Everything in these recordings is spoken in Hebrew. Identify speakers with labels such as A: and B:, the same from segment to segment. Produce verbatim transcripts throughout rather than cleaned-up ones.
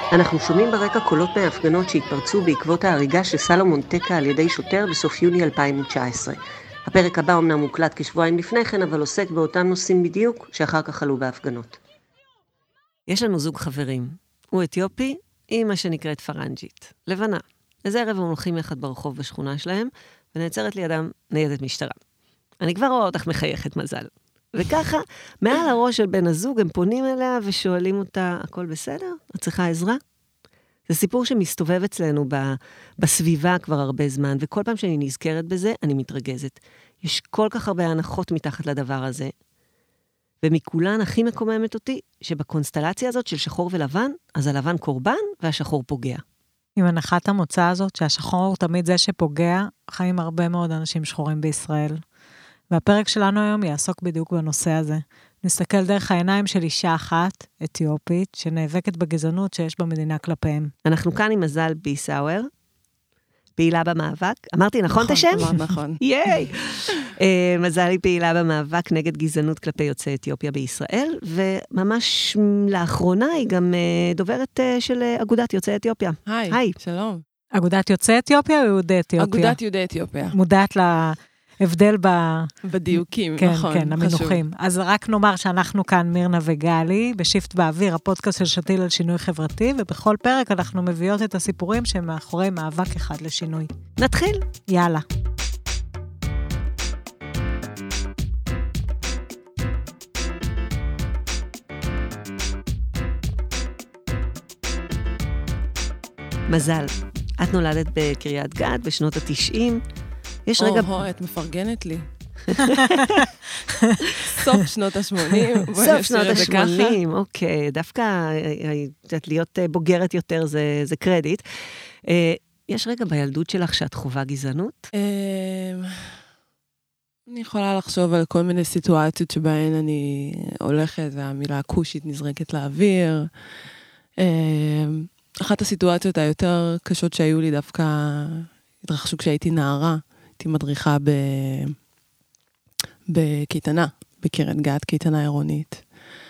A: אנחנו שומעים ברקע קולות מההפגנות שהתפרצו בעקבות ההריגה של סלומון טקה על ידי שוטר בסוף יוני אלפיים תשע עשרה. הפרק הבא אומנם מוקלט כשבועיים לפני כן, אבל עוסק באותם נושאים בדיוק שאחר כך עלו בהפגנות. יש לנו זוג חברים. הוא אתיופי עם מה שנקראת פרנג'ית, לבנה. איזה ערב הם הולכים יחד ברחוב בשכונה שלהם, ונעצרת לידם ניידת משטרה. אני כבר רואה אותך מחייכת מזל. וככה, מעל הראש של בן הזוג, הם פונים אליה ושואלים אותה, הכל בסדר? את צריכה עזרה? זה סיפור שמסתובב אצלנו ב, בסביבה כבר הרבה זמן, וכל פעם שאני נזכרת בזה, אני מתרגזת. יש כל כך הרבה הנחות מתחת לדבר הזה, ומכולן הכי מקוממת אותי, שבקונסטלציה הזאת של שחור ולבן, אז הלבן קורבן והשחור פוגע.
B: עם הנחת המוצא הזאת, שהשחור תמיד זה שפוגע, חיים הרבה מאוד אנשים שחורים בישראל. והפרק שלנו היום יעסוק בדיוק בנושא הזה. נסתכל דרך העיניים של אישה אחת, אתיופית, שנאבקת בגזענות שיש במדינה כלפיהם.
A: אנחנו כאן עם מזל ביסאואר, פעילה במאבק. אמרתי נכון את השם?
C: נכון, נכון.
A: ייי! מזל היא פעילה במאבק נגד גזענות כלפי יוצאי אתיופיה בישראל, וממש לאחרונה היא גם דוברת של אגודת יוצאי אתיופיה.
C: היי, היי. שלום.
B: אגודת יוצאי אתיופיה או יהודי אתיופיה?
C: אגודת יהודי אתיופיה.
B: מודעת ל... הבדל ב...
C: בדיוקים,
B: כן,
C: נכון,
B: כן, המינוחים. אז רק נאמר שאנחנו כאן מירנה וגלי, בשיפט באוויר, הפודקאסט של שתיל על שינוי חברתי, ובכל פרק אנחנו מביאות את הסיפורים שמאחורי מאבק אחד לשינוי.
A: נתחיל?
B: יאללה.
A: מזל, את נולדת בקריית גת בשנות ה-תשעים, יש רגע...
C: או, את מפרגנת לי. סוף שנות ה-שמונים.
A: סוף שנות ה-שמונים, אוקיי. דווקא להיות בוגרת יותר זה קרדיט. יש רגע בילדות שלך שאת חובה גזענות?
C: אני יכולה לחשוב על כל מיני סיטואציות שבהן אני הולכת, והמילה קושית נזרקת לאוויר. אחת הסיטואציות היותר קשות שהיו לי דווקא התרחשו כשהייתי נערה. הייתי מדריכה ב... בקייטנה, בקריית גת, קייטנה עירונית.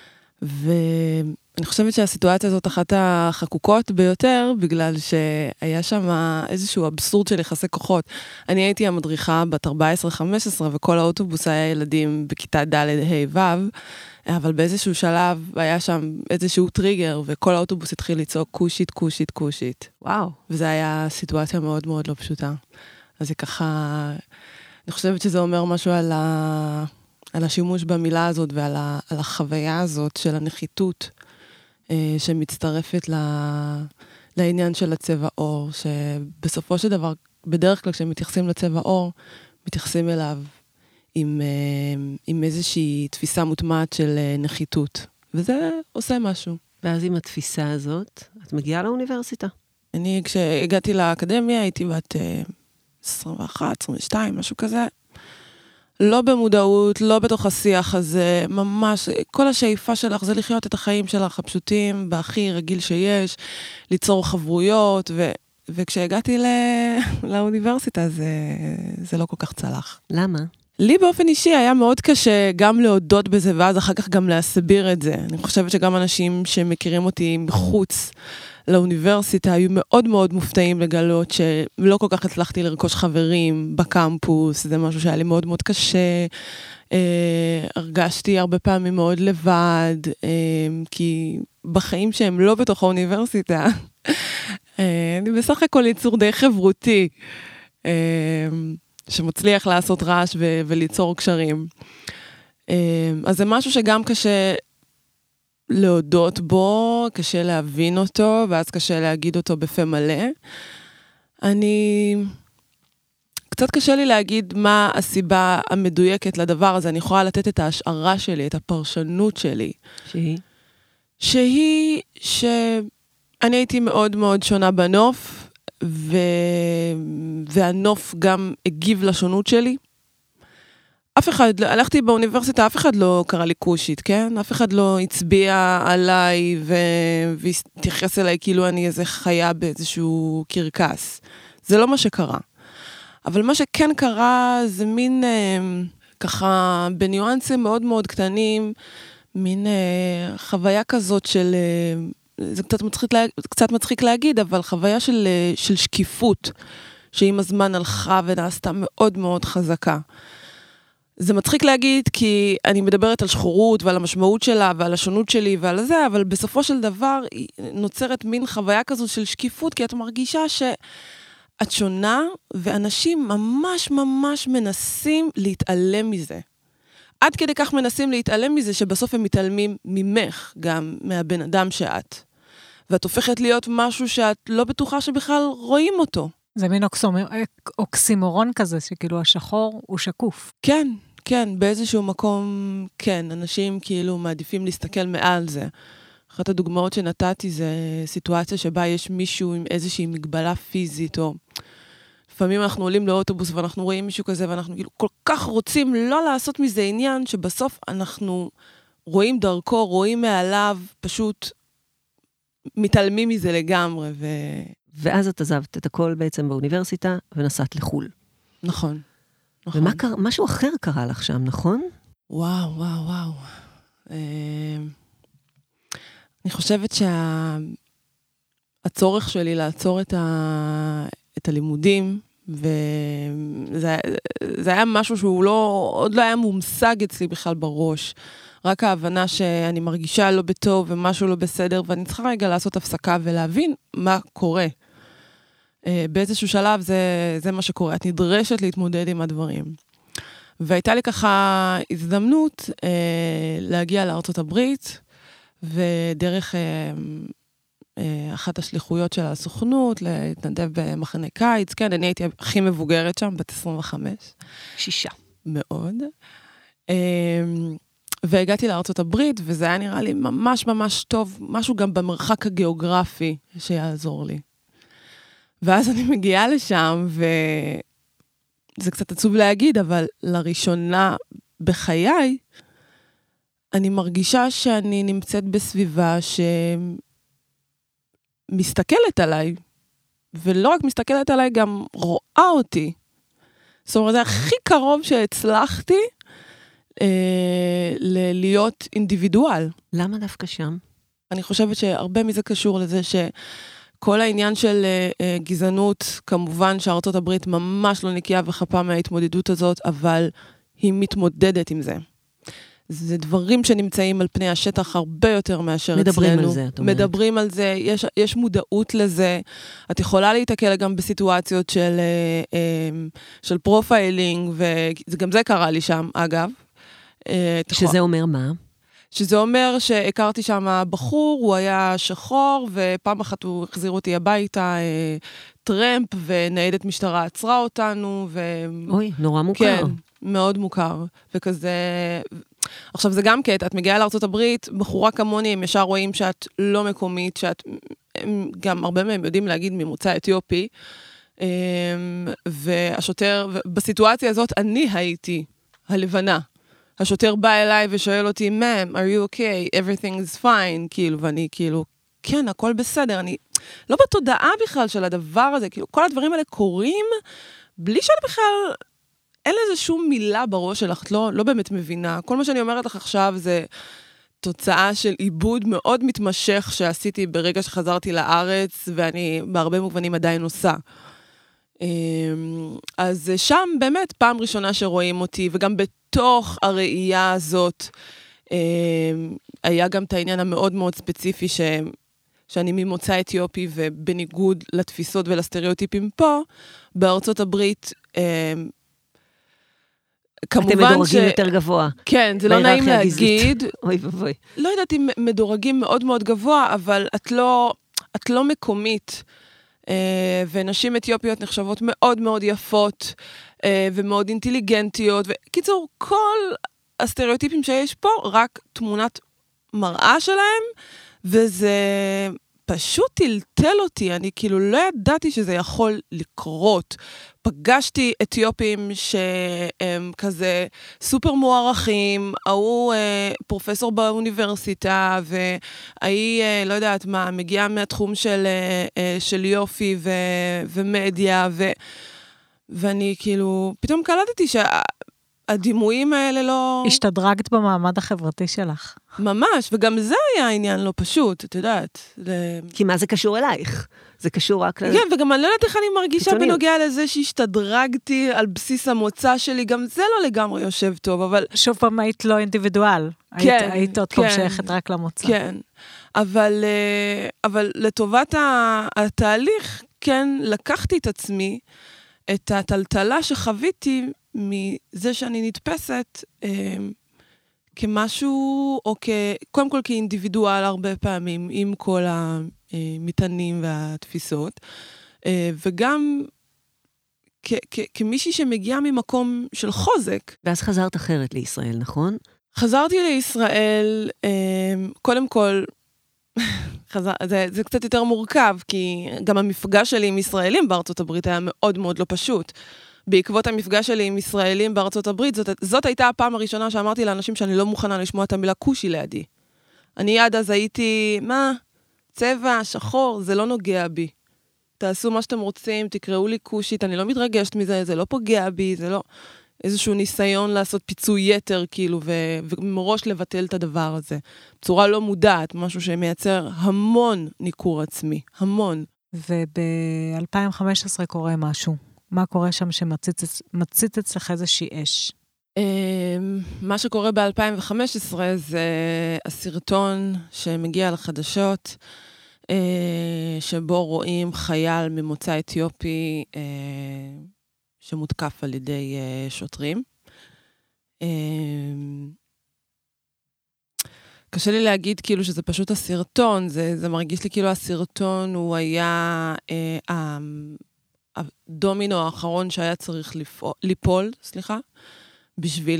C: ואני חושבת שהסיטואציה הזאת אחת החקוקות ביותר, בגלל שהיה שם איזשהו אבסורד של יחסי כוחות. אני הייתי המדריכה בת ארבע עשרה חמש עשרה, וכל האוטובוס היה ילדים בכיתה ד' ה' ו', אבל באיזשהו שלב היה שם איזשהו טריגר, וכל האוטובוס התחיל לצעוק קושית, קושית, קושית.
A: וואו.
C: וזו הייתה סיטואציה מאוד מאוד לא פשוטה. אז זה ככה, אני חושבת שזה אומר משהו על, ה, על השימוש במילה הזאת ועל ה, על החוויה הזאת של הנחיתות אה, שמצטרפת ל, לעניין של הצבע אור, שבסופו של דבר, בדרך כלל כשהם מתייחסים לצבע אור, מתייחסים אליו עם, אה, עם איזושהי תפיסה מוטמעת של אה, נחיתות, וזה עושה משהו.
A: ואז עם התפיסה הזאת, את מגיעה לאוניברסיטה?
C: אני, כשהגעתי לאקדמיה, הייתי בת... אה, עשרים ואחת, עשרים ושתיים, משהו כזה. לא במודעות, לא בתוך השיח הזה, ממש, כל השאיפה שלך זה לחיות את החיים שלך הפשוטים, בהכי רגיל שיש, ליצור חברויות, ו, וכשהגעתי ל, לאוניברסיטה, זה, זה לא כל כך צלח.
A: למה?
C: לי באופן אישי היה מאוד קשה גם להודות בזה, ואז אחר כך גם להסביר את זה. אני חושבת שגם אנשים שמכירים אותי מחוץ לאוניברסיטה היו מאוד מאוד מופתעים לגלות שלא כל כך הצלחתי לרכוש חברים בקמפוס, זה משהו שהיה לי מאוד מאוד קשה. אה, הרגשתי הרבה פעמים מאוד לבד, אה, כי בחיים שהם לא בתוך האוניברסיטה, אה, אני בסך הכל יצור די חברותי. אה, שמצליח לעשות רעש ו- וליצור קשרים. אז זה משהו שגם קשה להודות בו, קשה להבין אותו, ואז קשה להגיד אותו בפה מלא. אני... קצת קשה לי להגיד מה הסיבה המדויקת לדבר הזה. אני יכולה לתת את ההשערה שלי, את הפרשנות שלי.
A: שהיא?
C: שהיא שאני הייתי מאוד מאוד שונה בנוף, ו... והנוף גם הגיב לשונות שלי. אף אחד, הלכתי באוניברסיטה, אף אחד לא קרא לי קושית, כן? אף אחד לא הצביע עליי ו... והתייחס אליי כאילו אני איזה חיה באיזשהו קרקס. זה לא מה שקרה. אבל מה שכן קרה זה מין אה, ככה בניואנסים מאוד מאוד קטנים, מין אה, חוויה כזאת של... אה, זה קצת מצחיק, קצת מצחיק להגיד, אבל חוויה של, של שקיפות, שעם הזמן הלכה ונעשתה מאוד מאוד חזקה. זה מצחיק להגיד, כי אני מדברת על שחורות ועל המשמעות שלה ועל השונות שלי ועל זה, אבל בסופו של דבר נוצרת מין חוויה כזו של שקיפות, כי את מרגישה שאת שונה, ואנשים ממש ממש מנסים להתעלם מזה. עד כדי כך מנסים להתעלם מזה, שבסוף הם מתעלמים ממך, גם מהבן אדם שאת. ואת הופכת להיות משהו שאת לא בטוחה שבכלל רואים אותו.
B: זה מין אוקסימורון כזה, שכאילו השחור הוא שקוף.
C: כן, כן, באיזשהו מקום, כן, אנשים כאילו מעדיפים להסתכל מעל זה. אחת הדוגמאות שנתתי זה סיטואציה שבה יש מישהו עם איזושהי מגבלה פיזית, או לפעמים אנחנו עולים לאוטובוס ואנחנו רואים מישהו כזה, ואנחנו כאילו כל כך רוצים לא לעשות מזה עניין, שבסוף אנחנו רואים דרכו, רואים מעליו, פשוט מתעלמים מזה לגמרי. ו...
A: ואז את עזבת את הכל בעצם באוניברסיטה, ונסעת לחול.
C: נכון. נכון.
A: ומה קרה, משהו אחר קרה לך שם, נכון?
C: וואו, וואו, וואו. אני חושבת שהצורך שלי לעצור את, ה... את הלימודים, וזה זה היה משהו שהוא לא, עוד לא היה מומשג אצלי בכלל בראש. רק ההבנה שאני מרגישה לא בטוב ומשהו לא בסדר, ואני צריכה רגע לעשות הפסקה ולהבין מה קורה. באיזשהו שלב זה, זה מה שקורה. את נדרשת להתמודד עם הדברים. והייתה לי ככה הזדמנות אה, להגיע לארצות הברית, ודרך אה, אה, אחת השליחויות של הסוכנות, להתנדב במחנה קיץ. כן, אני הייתי הכי מבוגרת שם, בת עשרים וחמש.
A: שישה.
C: מאוד. אה, והגעתי לארצות הברית, וזה היה נראה לי ממש ממש טוב, משהו גם במרחק הגיאוגרפי שיעזור לי. ואז אני מגיעה לשם, וזה קצת עצוב להגיד, אבל לראשונה בחיי, אני מרגישה שאני נמצאת בסביבה שמסתכלת עליי, ולא רק מסתכלת עליי, גם רואה אותי. זאת אומרת, זה הכי קרוב שהצלחתי אה, להיות אינדיבידואל.
A: למה דווקא שם?
C: אני חושבת שהרבה מזה קשור לזה ש... כל העניין של uh, uh, גזענות, כמובן שארצות הברית ממש לא נקייה וחפה מההתמודדות הזאת, אבל היא מתמודדת עם זה. זה דברים שנמצאים על פני השטח הרבה יותר מאשר
A: מדברים
C: אצלנו.
A: על זה, את אומרת.
C: מדברים על זה, יש, יש מודעות לזה. את יכולה להתקל גם בסיטואציות של, uh, um, של פרופיילינג, וגם זה קרה לי שם, אגב. Uh,
A: שזה יכול... אומר מה?
C: שזה אומר שהכרתי שם בחור, הוא היה שחור, ופעם אחת הוא החזיר אותי הביתה, אה, טרמפ, וניידת משטרה עצרה אותנו, ו...
A: אוי, נורא מוכר.
C: כן, מאוד מוכר, וכזה... עכשיו זה גם קטע, את מגיעה לארצות הברית, בחורה כמוני, הם ישר רואים שאת לא מקומית, שאת... הם גם הרבה מהם יודעים להגיד ממוצא אתיופי, אה, והשוטר, בסיטואציה הזאת אני הייתי הלבנה. השוטר בא אליי ושואל אותי, ma'am, are you okay? Everything is fine, כאילו, ואני כאילו, כן, הכל בסדר, אני לא בתודעה בכלל של הדבר הזה, כאילו, כל הדברים האלה קורים, בלי שאני בכלל, אין לזה שום מילה בראש שלך, את לא, לא באמת מבינה. כל מה שאני אומרת לך עכשיו זה תוצאה של עיבוד מאוד מתמשך שעשיתי ברגע שחזרתי לארץ, ואני בהרבה מובנים עדיין עושה. אז שם באמת פעם ראשונה שרואים אותי, וגם בתוך הראייה הזאת, היה גם את העניין המאוד מאוד ספציפי, ש... שאני ממוצא אתיופי, ובניגוד לתפיסות ולסטריאוטיפים פה, בארצות הברית,
A: כמובן אתם מדורגים ש... יותר גבוה.
C: כן, זה לא נעים להגיד.
A: אוי ובוי.
C: לא יודעת אם מדורגים מאוד מאוד גבוה, אבל את לא, את לא מקומית. ונשים אתיופיות נחשבות מאוד מאוד יפות, ומאוד אינטליגנטיות, וקיצור, כל הסטריאוטיפים שיש פה, רק תמונת מראה שלהם, וזה פשוט טלטל אותי, אני כאילו לא ידעתי שזה יכול לקרות. פגשתי אתיופים שהם כזה סופר מוערכים, הוא פרופסור באוניברסיטה, והיא, לא יודעת מה, מגיעה מהתחום של, של יופי ו, ומדיה, ו, ואני כאילו, פתאום קלטתי הדימויים האלה לא...
B: השתדרגת במעמד החברתי שלך.
C: ממש, וגם זה היה העניין לא פשוט, את יודעת. ל...
A: כי מה זה קשור אלייך? זה קשור רק ל...
C: כן, וגם אני לא יודעת איך אני מרגישה
A: קיצוניות.
C: בנוגע לזה שהשתדרגתי על בסיס המוצא שלי, גם זה לא לגמרי יושב טוב, אבל...
B: שוב פעם היית לא אינדיבידואל.
C: כן,
B: היית, היית עוד פעם
C: כן.
B: שייכת רק למוצא.
C: כן, אבל, אבל לטובת התהליך, כן, לקחתי את עצמי, את הטלטלה שחוויתי מזה שאני נתפסת כמשהו, או כ... קודם כל כאינדיבידואל הרבה פעמים, עם כל המטענים והתפיסות, וגם כ- כ- כמישהי שמגיעה ממקום של חוזק.
A: ואז חזרת אחרת לישראל, נכון?
C: חזרתי לישראל, קודם כל, חזר, זה, זה קצת יותר מורכב, כי גם המפגש שלי עם ישראלים בארצות הברית היה מאוד מאוד לא פשוט. בעקבות המפגש שלי עם ישראלים בארצות הברית, זאת, זאת הייתה הפעם הראשונה שאמרתי לאנשים שאני לא מוכנה לשמוע את המילה קושי לידי. אני עד אז הייתי, מה? צבע, שחור, זה לא נוגע בי. תעשו מה שאתם רוצים, תקראו לי קושית, אני לא מתרגשת מזה, זה לא פוגע בי, זה לא איזשהו ניסיון לעשות פיצוי יתר, כאילו, ו- ומראש לבטל את הדבר הזה. בצורה לא מודעת, משהו שמייצר המון ניכור עצמי, המון.
B: וב-אלפיים וחמש עשרה קורה משהו. מה קורה שם שמצית אצלך איזושהי אש?
C: מה שקורה ב-אלפיים וחמש עשרה זה הסרטון שמגיע לחדשות, שבו רואים חייל ממוצא אתיופי שמותקף על ידי שוטרים. קשה לי להגיד כאילו שזה פשוט הסרטון, זה, זה מרגיש לי כאילו הסרטון הוא היה אה, הדומינו האחרון שהיה צריך לפעול, ליפול, סליחה, בשביל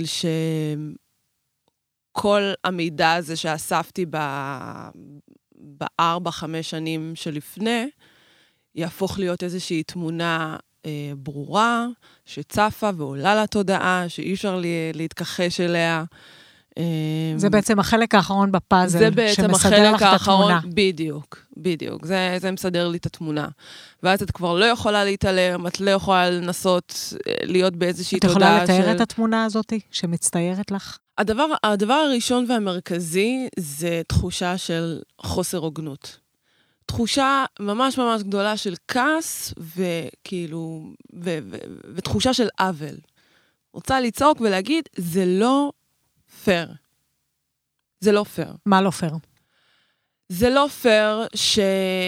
C: שכל המידע הזה שאספתי ב... בארבע, חמש שנים שלפני, יהפוך להיות איזושהי תמונה אה, ברורה, שצפה ועולה לתודעה, שאי אפשר לי, להתכחש אליה. אה,
B: זה בעצם החלק האחרון בפאזל,
C: זה בעצם
B: שמסדר לך את
C: האחרון,
B: התמונה.
C: בדיוק, בדיוק. זה, זה מסדר לי את התמונה. ואז את כבר לא יכולה להתעלם, את לא יכולה לנסות להיות באיזושהי תודעה של...
B: את יכולה לתאר את התמונה הזאת שמצטיירת לך?
C: הדבר, הדבר הראשון והמרכזי זה תחושה של חוסר הוגנות. תחושה ממש ממש גדולה של כעס וכאילו, ו, ו, ותחושה של עוול. רוצה לצעוק ולהגיד, זה לא פייר. זה לא פייר.
B: מה לא פייר?
C: זה לא פייר ש...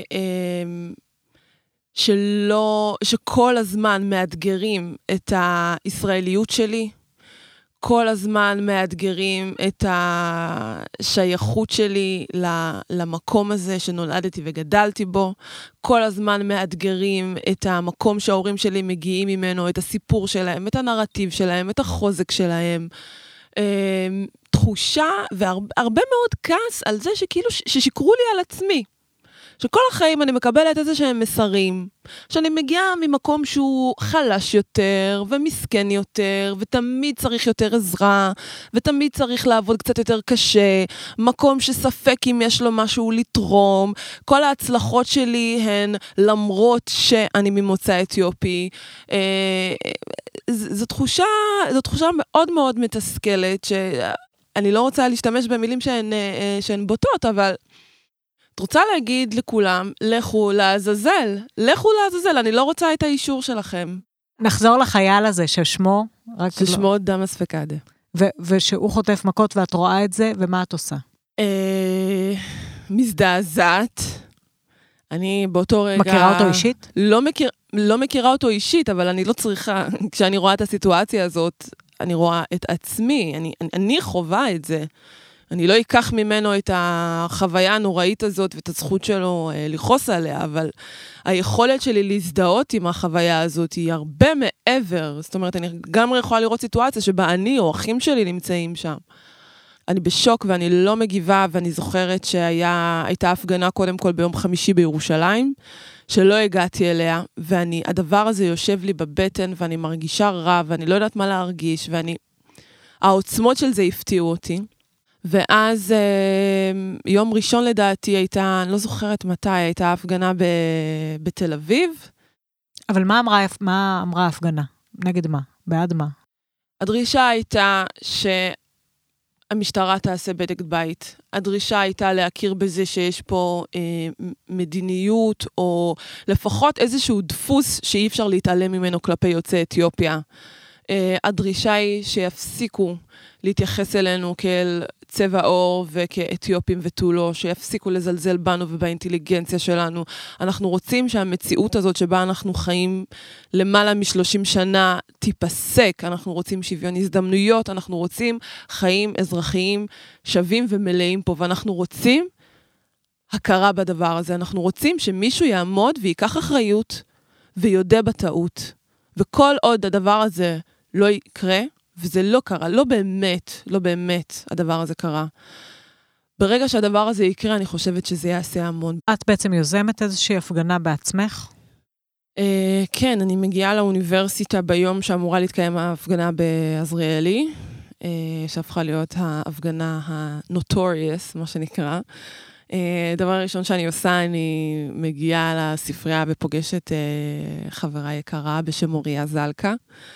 C: שלא, שכל הזמן מאתגרים את הישראליות שלי, כל הזמן מאתגרים את השייכות שלי למקום הזה שנולדתי וגדלתי בו, כל הזמן מאתגרים את המקום שההורים שלי מגיעים ממנו, את הסיפור שלהם, את הנרטיב שלהם, את החוזק שלהם, תחושה והרבה מאוד כעס על זה שכאילו ששיקרו לי על עצמי. שכל החיים אני מקבלת איזה שהם מסרים, שאני מגיעה ממקום שהוא חלש יותר ומסכן יותר, ותמיד צריך יותר עזרה, ותמיד צריך לעבוד קצת יותר קשה, מקום שספק אם יש לו משהו לתרום, כל ההצלחות שלי הן למרות שאני ממוצא אתיופי. זו תחושה, זו תחושה מאוד מאוד מתסכלת, שאני לא רוצה להשתמש במילים שהן, שהן בוטות, אבל... את רוצה להגיד לכולם, לכו לעזאזל, לכו לעזאזל, אני לא רוצה את האישור שלכם.
B: נחזור לחייל הזה ששמו...
C: ששמו דמאס פקאדה.
B: ושהוא חוטף מכות ואת רואה את זה, ומה את עושה?
C: מזדעזעת. אני באותו רגע...
B: מכירה אותו אישית?
C: לא מכירה אותו אישית, אבל אני לא צריכה, כשאני רואה את הסיטואציה הזאת, אני רואה את עצמי, אני חווה את זה. אני לא אקח ממנו את החוויה הנוראית הזאת ואת הזכות שלו אה, לחוס עליה, אבל היכולת שלי להזדהות עם החוויה הזאת היא הרבה מעבר. זאת אומרת, אני גם יכולה לראות סיטואציה שבה אני או אחים שלי נמצאים שם. אני בשוק ואני לא מגיבה, ואני זוכרת שהייתה הפגנה קודם כל ביום חמישי בירושלים, שלא הגעתי אליה, ואני, הדבר הזה יושב לי בבטן, ואני מרגישה רע, ואני לא יודעת מה להרגיש, ואני, העוצמות של זה הפתיעו אותי. ואז יום ראשון לדעתי הייתה, אני לא זוכרת מתי, הייתה הפגנה ב, בתל אביב.
B: אבל מה אמרה, מה אמרה ההפגנה? נגד מה? בעד מה?
C: הדרישה הייתה שהמשטרה תעשה בדק בית. הדרישה הייתה להכיר בזה שיש פה אה, מדיניות, או לפחות איזשהו דפוס שאי אפשר להתעלם ממנו כלפי יוצאי אתיופיה. אה, הדרישה היא שיפסיקו להתייחס אלינו כאל צבע עור וכאתיופים ותולו, שיפסיקו לזלזל בנו ובאינטליגנציה שלנו. אנחנו רוצים שהמציאות הזאת שבה אנחנו חיים למעלה משלושים שנה תיפסק. אנחנו רוצים שוויון הזדמנויות, אנחנו רוצים חיים אזרחיים שווים ומלאים פה, ואנחנו רוצים הכרה בדבר הזה. אנחנו רוצים שמישהו יעמוד ויקח אחריות ויודה בטעות. וכל עוד הדבר הזה לא יקרה, וזה לא קרה, לא באמת, לא באמת הדבר הזה קרה. ברגע שהדבר הזה יקרה, אני חושבת שזה יעשה המון.
B: את בעצם יוזמת איזושהי הפגנה בעצמך?
C: אה, כן, אני מגיעה לאוניברסיטה ביום שאמורה להתקיים ההפגנה בעזריאלי, אה, שהפכה להיות ההפגנה הנוטוריוס, מה שנקרא. אה, דבר ראשון שאני עושה, אני מגיעה לספרייה ופוגשת אה, חברה יקרה בשם מוריה זלקה,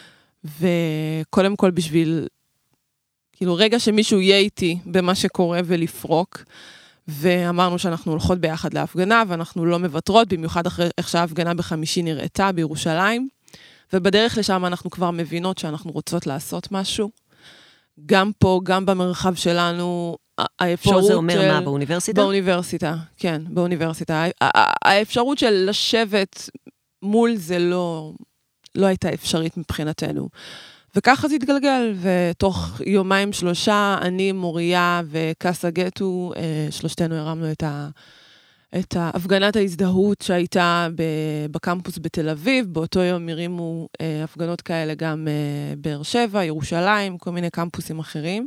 C: וקודם כל בשביל, כאילו רגע שמישהו יהיה איתי במה שקורה ולפרוק, ואמרנו שאנחנו הולכות ביחד להפגנה, ואנחנו לא מבטרות, במיוחד אחרי איך שההפגנה בחמישי נראתה בירושלים, ובדרך לשם אנחנו כבר מבינות שאנחנו רוצות לעשות משהו. גם פה, גם במרחב שלנו, האפשרות
A: פה זה אומר
C: של...
A: מה, באוניברסיטה?
C: באוניברסיטה, כן, באוניברסיטה. האפשרות של לשבת מול זה לא... לא הייתה אפשרית מבחינתנו. וככה זה התגלגל, ותוך יומיים שלושה, אני, מוריה וקסה גטו, שלושתנו הרמנו את, ה, את ההפגנת ההזדהות שהייתה בקמפוס בתל אביב. באותו יום הרימו הפגנות כאלה גם באר שבע, ירושלים, כל מיני קמפוסים אחרים.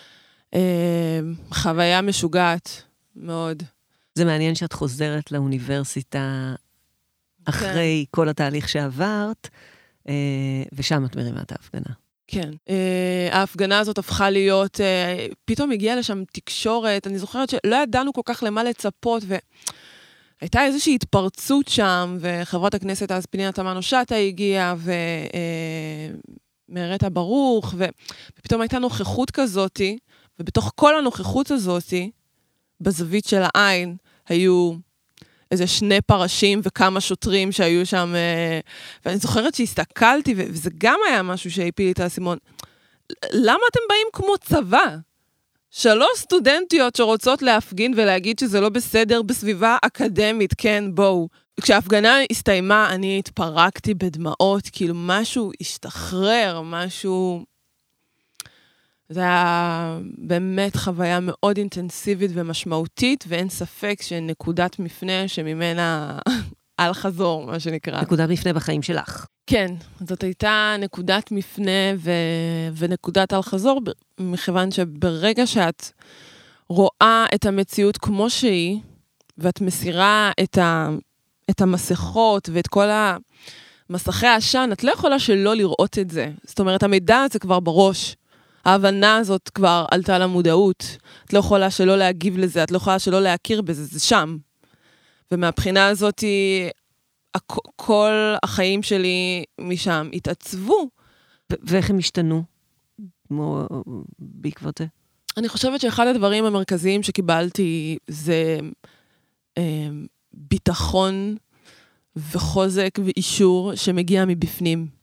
C: חוויה משוגעת מאוד.
A: זה מעניין שאת חוזרת לאוניברסיטה אחרי כל התהליך שעברת, ושם את מרימה את ההפגנה.
C: כן. ההפגנה הזאת הפכה להיות, פתאום הגיעה לשם תקשורת, אני זוכרת שלא ידענו כל כך למה לצפות, והייתה איזושהי התפרצות שם, וחברת הכנסת אז פנינה תמנו שטה הגיעה, ומרתה ברוך, ופתאום הייתה נוכחות כזאת, ובתוך כל הנוכחות הזאת, בזווית של העין, היו איזה שני פרשים וכמה שוטרים שהיו שם, ואני זוכרת שהסתכלתי, וזה גם היה משהו שהפיל לי את האסימון. למה אתם באים כמו צבא? שלוש סטודנטיות שרוצות להפגין ולהגיד שזה לא בסדר בסביבה אקדמית, כן, בואו. כשההפגנה הסתיימה, אני התפרקתי בדמעות, כאילו משהו השתחרר, משהו... זה היה באמת חוויה מאוד אינטנסיבית ומשמעותית, ואין ספק שנקודת מפנה שממנה על חזור, מה שנקרא.
A: נקודת מפנה בחיים שלך.
C: כן, זאת הייתה נקודת מפנה ו... ונקודת על חזור, מכיוון שברגע שאת רואה את המציאות כמו שהיא, ואת מסירה את, ה... את המסכות ואת כל המסכי העשן, את לא יכולה שלא לראות את זה. זאת אומרת, המידע הזה כבר בראש. ההבנה הזאת כבר עלתה למודעות. את לא יכולה שלא להגיב לזה, את לא יכולה שלא להכיר בזה, זה שם. ומהבחינה הזאת, כל החיים שלי משם התעצבו.
A: ואיך הם השתנו? כמו בעקבות זה?
C: אני חושבת שאחד הדברים המרכזיים שקיבלתי זה אה, ביטחון וחוזק ואישור שמגיע מבפנים.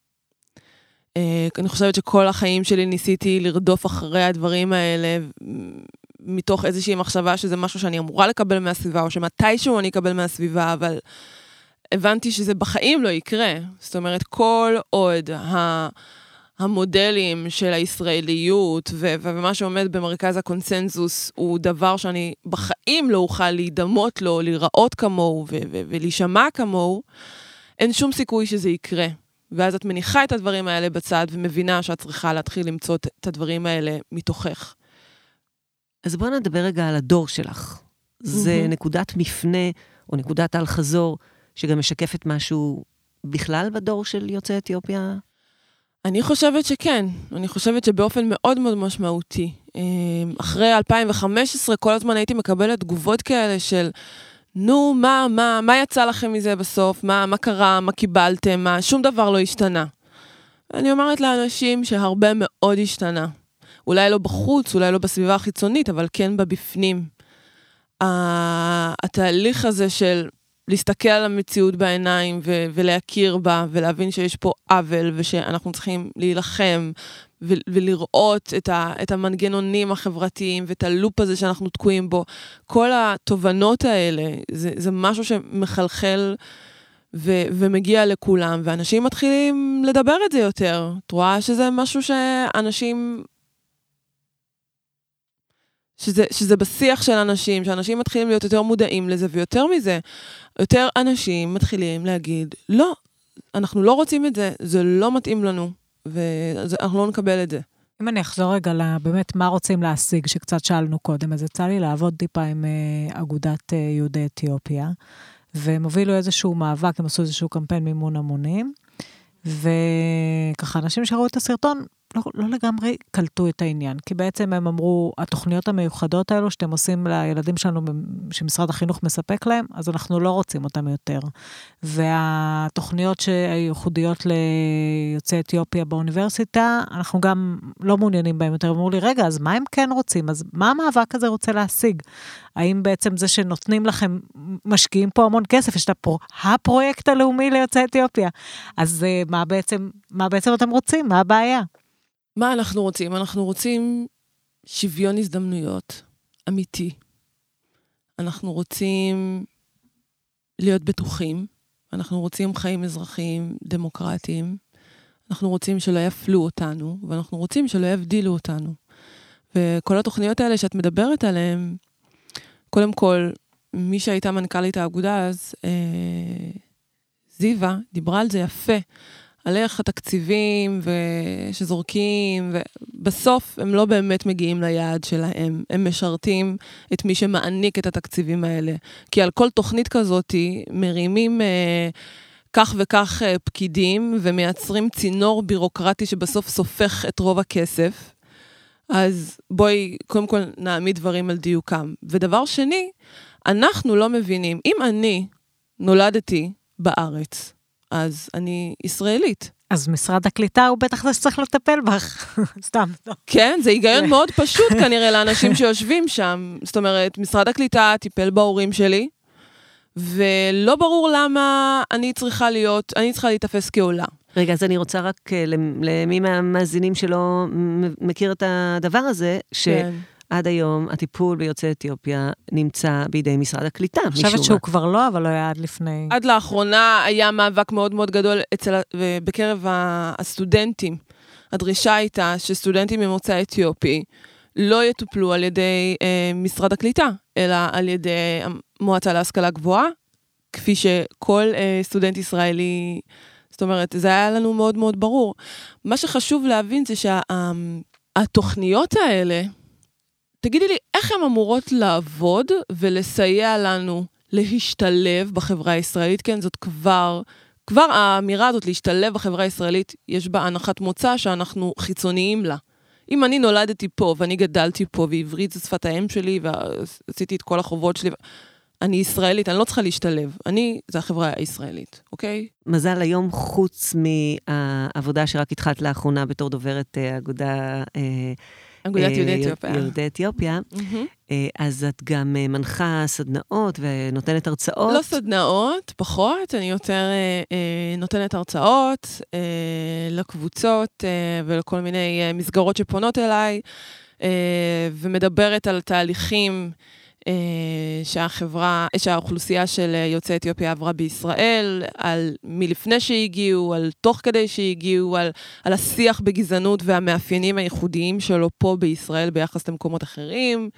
C: אני חושבת שכל החיים שלי ניסיתי לרדוף אחרי הדברים האלה, מתוך איזושהי מחשבה שזה משהו שאני אמורה לקבל מהסביבה, או שמתישהו אני אקבל מהסביבה, אבל הבנתי שזה בחיים לא יקרה. זאת אומרת, כל עוד המודלים של הישראליות, ומה שעומד במרכז הקונסנזוס, הוא דבר שאני בחיים לא אוכל להידמות לו, לראות כמוהו, ולהישמע כמוהו, אין שום סיכוי שזה יקרה. ואז את מניחה את הדברים האלה בצד, ומבינה שאת צריכה להתחיל למצוא את הדברים האלה מתוכך.
A: אז בואו נדבר רגע על הדור שלך. זה נקודת מפנה, או נקודת על חזור, שגם משקפת משהו בכלל בדור של יוצאי אתיופיה?
C: אני חושבת שכן. אני חושבת שבאופן מאוד מאוד משמעותי. אחרי אלפיים וחמש עשרה, כל הזמן הייתי מקבלת תגובות כאלה של... נו, מה, מה, מה יצא לכם מזה בסוף? מה, מה קרה? מה קיבלתם? מה? שום דבר לא השתנה. אני אומרת לאנשים שהרבה מאוד השתנה. אולי לא בחוץ, אולי לא בסביבה החיצונית, אבל כן בבפנים. התהליך הזה של להסתכל על המציאות בעיניים ו- ולהכיר בה, ולהבין שיש פה עוול, ושאנחנו צריכים להילחם, ו- ולראות את, ה- את המנגנונים החברתיים, ואת הלופ הזה שאנחנו תקועים בו. כל התובנות האלה, זה, זה משהו שמחלחל ו- ומגיע לכולם, ואנשים מתחילים לדבר את זה יותר. את רואה שזה משהו שאנשים... שזה, שזה בשיח של אנשים, שאנשים מתחילים להיות יותר מודעים לזה, ויותר מזה, יותר אנשים מתחילים להגיד, לא, אנחנו לא רוצים את זה, זה לא מתאים לנו, ואנחנו לא נקבל את זה.
B: אם אני אחזור רגע לבאמת מה רוצים להשיג, שקצת שאלנו קודם, אז יצא לי לעבוד טיפה עם אגודת יהודי אתיופיה, והם הובילו איזשהו מאבק, הם עשו איזשהו קמפיין מימון המונים, וככה אנשים שראו את הסרטון, לא, לא לגמרי קלטו את העניין, כי בעצם הם אמרו, התוכניות המיוחדות האלו שאתם עושים לילדים שלנו, שמשרד החינוך מספק להם, אז אנחנו לא רוצים אותם יותר. והתוכניות הייחודיות ליוצאי אתיופיה באוניברסיטה, אנחנו גם לא מעוניינים בהם יותר. אמרו לי, רגע, אז מה הם כן רוצים? אז מה המאבק הזה רוצה להשיג? האם בעצם זה שנותנים לכם, משקיעים פה המון כסף, יש את הפרו, הפרויקט הלאומי ליוצאי אתיופיה. אז מה בעצם, מה בעצם אתם רוצים? מה הבעיה?
C: מה אנחנו רוצים? אנחנו רוצים שוויון הזדמנויות, אמיתי. אנחנו רוצים להיות בטוחים, אנחנו רוצים חיים אזרחיים דמוקרטיים, אנחנו רוצים שלא יפלו אותנו, ואנחנו רוצים שלא יבדילו אותנו. וכל התוכניות האלה שאת מדברת עליהן, קודם כל, מי שהייתה מנכ"לית האגודה אז, אה, זיווה, דיברה על זה יפה, על איך התקציבים שזורקים, ובסוף הם לא באמת מגיעים ליעד שלהם. הם משרתים את מי שמעניק את התקציבים האלה. כי על כל תוכנית כזאת מרימים אה, כך וכך אה, פקידים, ומייצרים צינור בירוקרטי שבסוף סופך את רוב הכסף. אז בואי, קודם כל נעמיד דברים על דיוקם. ודבר שני, אנחנו לא מבינים, אם אני נולדתי בארץ, אז אני ישראלית.
B: אז משרד הקליטה הוא בטח זה שצריך לטפל בך. סתם.
C: כן, זה היגיון מאוד פשוט כנראה לאנשים שיושבים שם. זאת אומרת, משרד הקליטה טיפל בהורים שלי, ולא ברור למה אני צריכה להיות, אני צריכה להתאפס כעולה.
A: רגע, אז אני רוצה רק למי מהמאזינים שלא מכיר את הדבר הזה, ש... עד היום הטיפול ביוצאי אתיופיה נמצא בידי משרד הקליטה.
B: אני חושבת שהוא כבר לא, אבל לא היה עד לפני.
C: עד לאחרונה היה מאבק מאוד מאוד גדול אצל, בקרב הסטודנטים. הדרישה הייתה שסטודנטים ממוצא אתיופי לא יטופלו על ידי אה, משרד הקליטה, אלא על ידי המועצה להשכלה גבוהה, כפי שכל אה, סטודנט ישראלי, זאת אומרת, זה היה לנו מאוד מאוד ברור. מה שחשוב להבין זה שהתוכניות שה, האלה, תגידי לי, איך הן אמורות לעבוד ולסייע לנו להשתלב בחברה הישראלית? כן, זאת כבר, כבר האמירה הזאת להשתלב בחברה הישראלית, יש בה הנחת מוצא שאנחנו חיצוניים לה. אם אני נולדתי פה ואני גדלתי פה ועברית זה שפת האם שלי ועשיתי את כל החובות שלי, אני ישראלית, אני לא צריכה להשתלב. אני, זה החברה הישראלית, אוקיי?
A: מזל היום, חוץ מהעבודה שרק התחלת לאחרונה בתור דוברת אגודה...
C: אגודת יהודי אתיופיה.
A: יהודי אתיופיה. אז את גם מנחה סדנאות ונותנת הרצאות.
C: לא סדנאות, פחות. אני יותר נותנת הרצאות לקבוצות ולכל מיני מסגרות שפונות אליי, ומדברת על תהליכים שהחברה, שהאוכלוסייה של יוצאי אתיופיה עברה בישראל, על מלפני שהגיעו, על תוך כדי שהגיעו, על, על השיח בגזענות והמאפיינים הייחודיים שלו פה בישראל ביחס למקומות אחרים.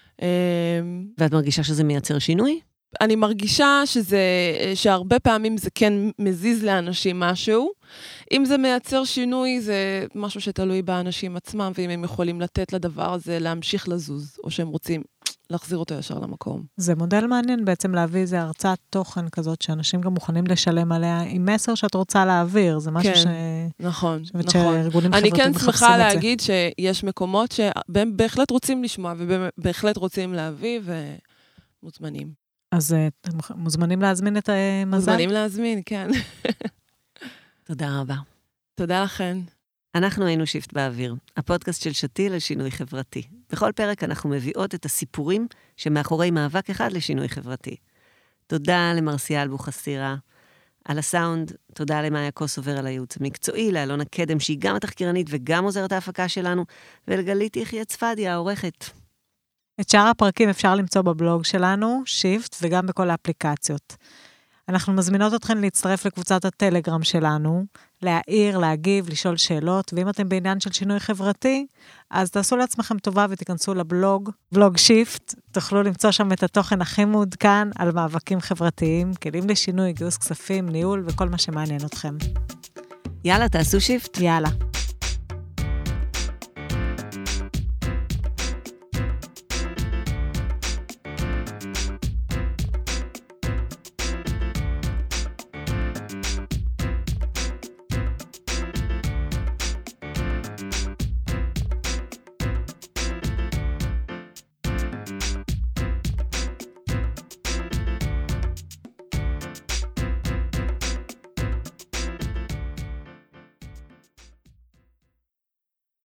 A: ואת מרגישה שזה מייצר שינוי?
C: אני מרגישה שזה, שהרבה פעמים זה כן מזיז לאנשים משהו. אם זה מייצר שינוי, זה משהו שתלוי באנשים עצמם, ואם הם יכולים לתת לדבר הזה להמשיך לזוז, או שהם רוצים להחזיר אותו ישר למקום.
B: זה מודל מעניין בעצם להביא איזה הרצאת תוכן כזאת, שאנשים גם מוכנים לשלם עליה עם מסר שאת רוצה להעביר. זה משהו
C: כן,
B: ש...
C: נכון,
B: נכון.
C: אני כן שמחה להגיד שיש מקומות שהם בהחלט רוצים לשמוע, ובהחלט רוצים להביא, ומוזמנים.
B: אז מוזמנים להזמין את מזל?
C: מוזמנים להזמין, כן.
A: תודה רבה.
C: תודה לכן.
A: אנחנו היינו שיפט באוויר, הפודקאסט של שתיל על שינוי חברתי. בכל פרק אנחנו מביאות את הסיפורים שמאחורי מאבק אחד לשינוי חברתי. תודה למרסיאל בוחסירה על הסאונד, תודה למאיה קוסובר על הייעוץ המקצועי, לאלונה קדם שהיא גם התחקירנית וגם עוזרת ההפקה שלנו, ולגלית יחיה צפדיה העורכת.
B: את שאר הפרקים אפשר למצוא בבלוג שלנו, שיפט, וגם בכל האפליקציות. אנחנו מזמינות אתכן להצטרף לקבוצת הטלגרם שלנו, להעיר, להגיב, לשאול שאלות, ואם אתם בעניין של שינוי חברתי, אז תעשו לעצמכם טובה ותיכנסו לבלוג, בלוג שיפט, תוכלו למצוא שם את התוכן הכי מעודכן על מאבקים חברתיים, כלים לשינוי, גיוס כספים, ניהול וכל מה שמעניין אתכם.
A: יאללה, תעשו שיפט.
B: יאללה.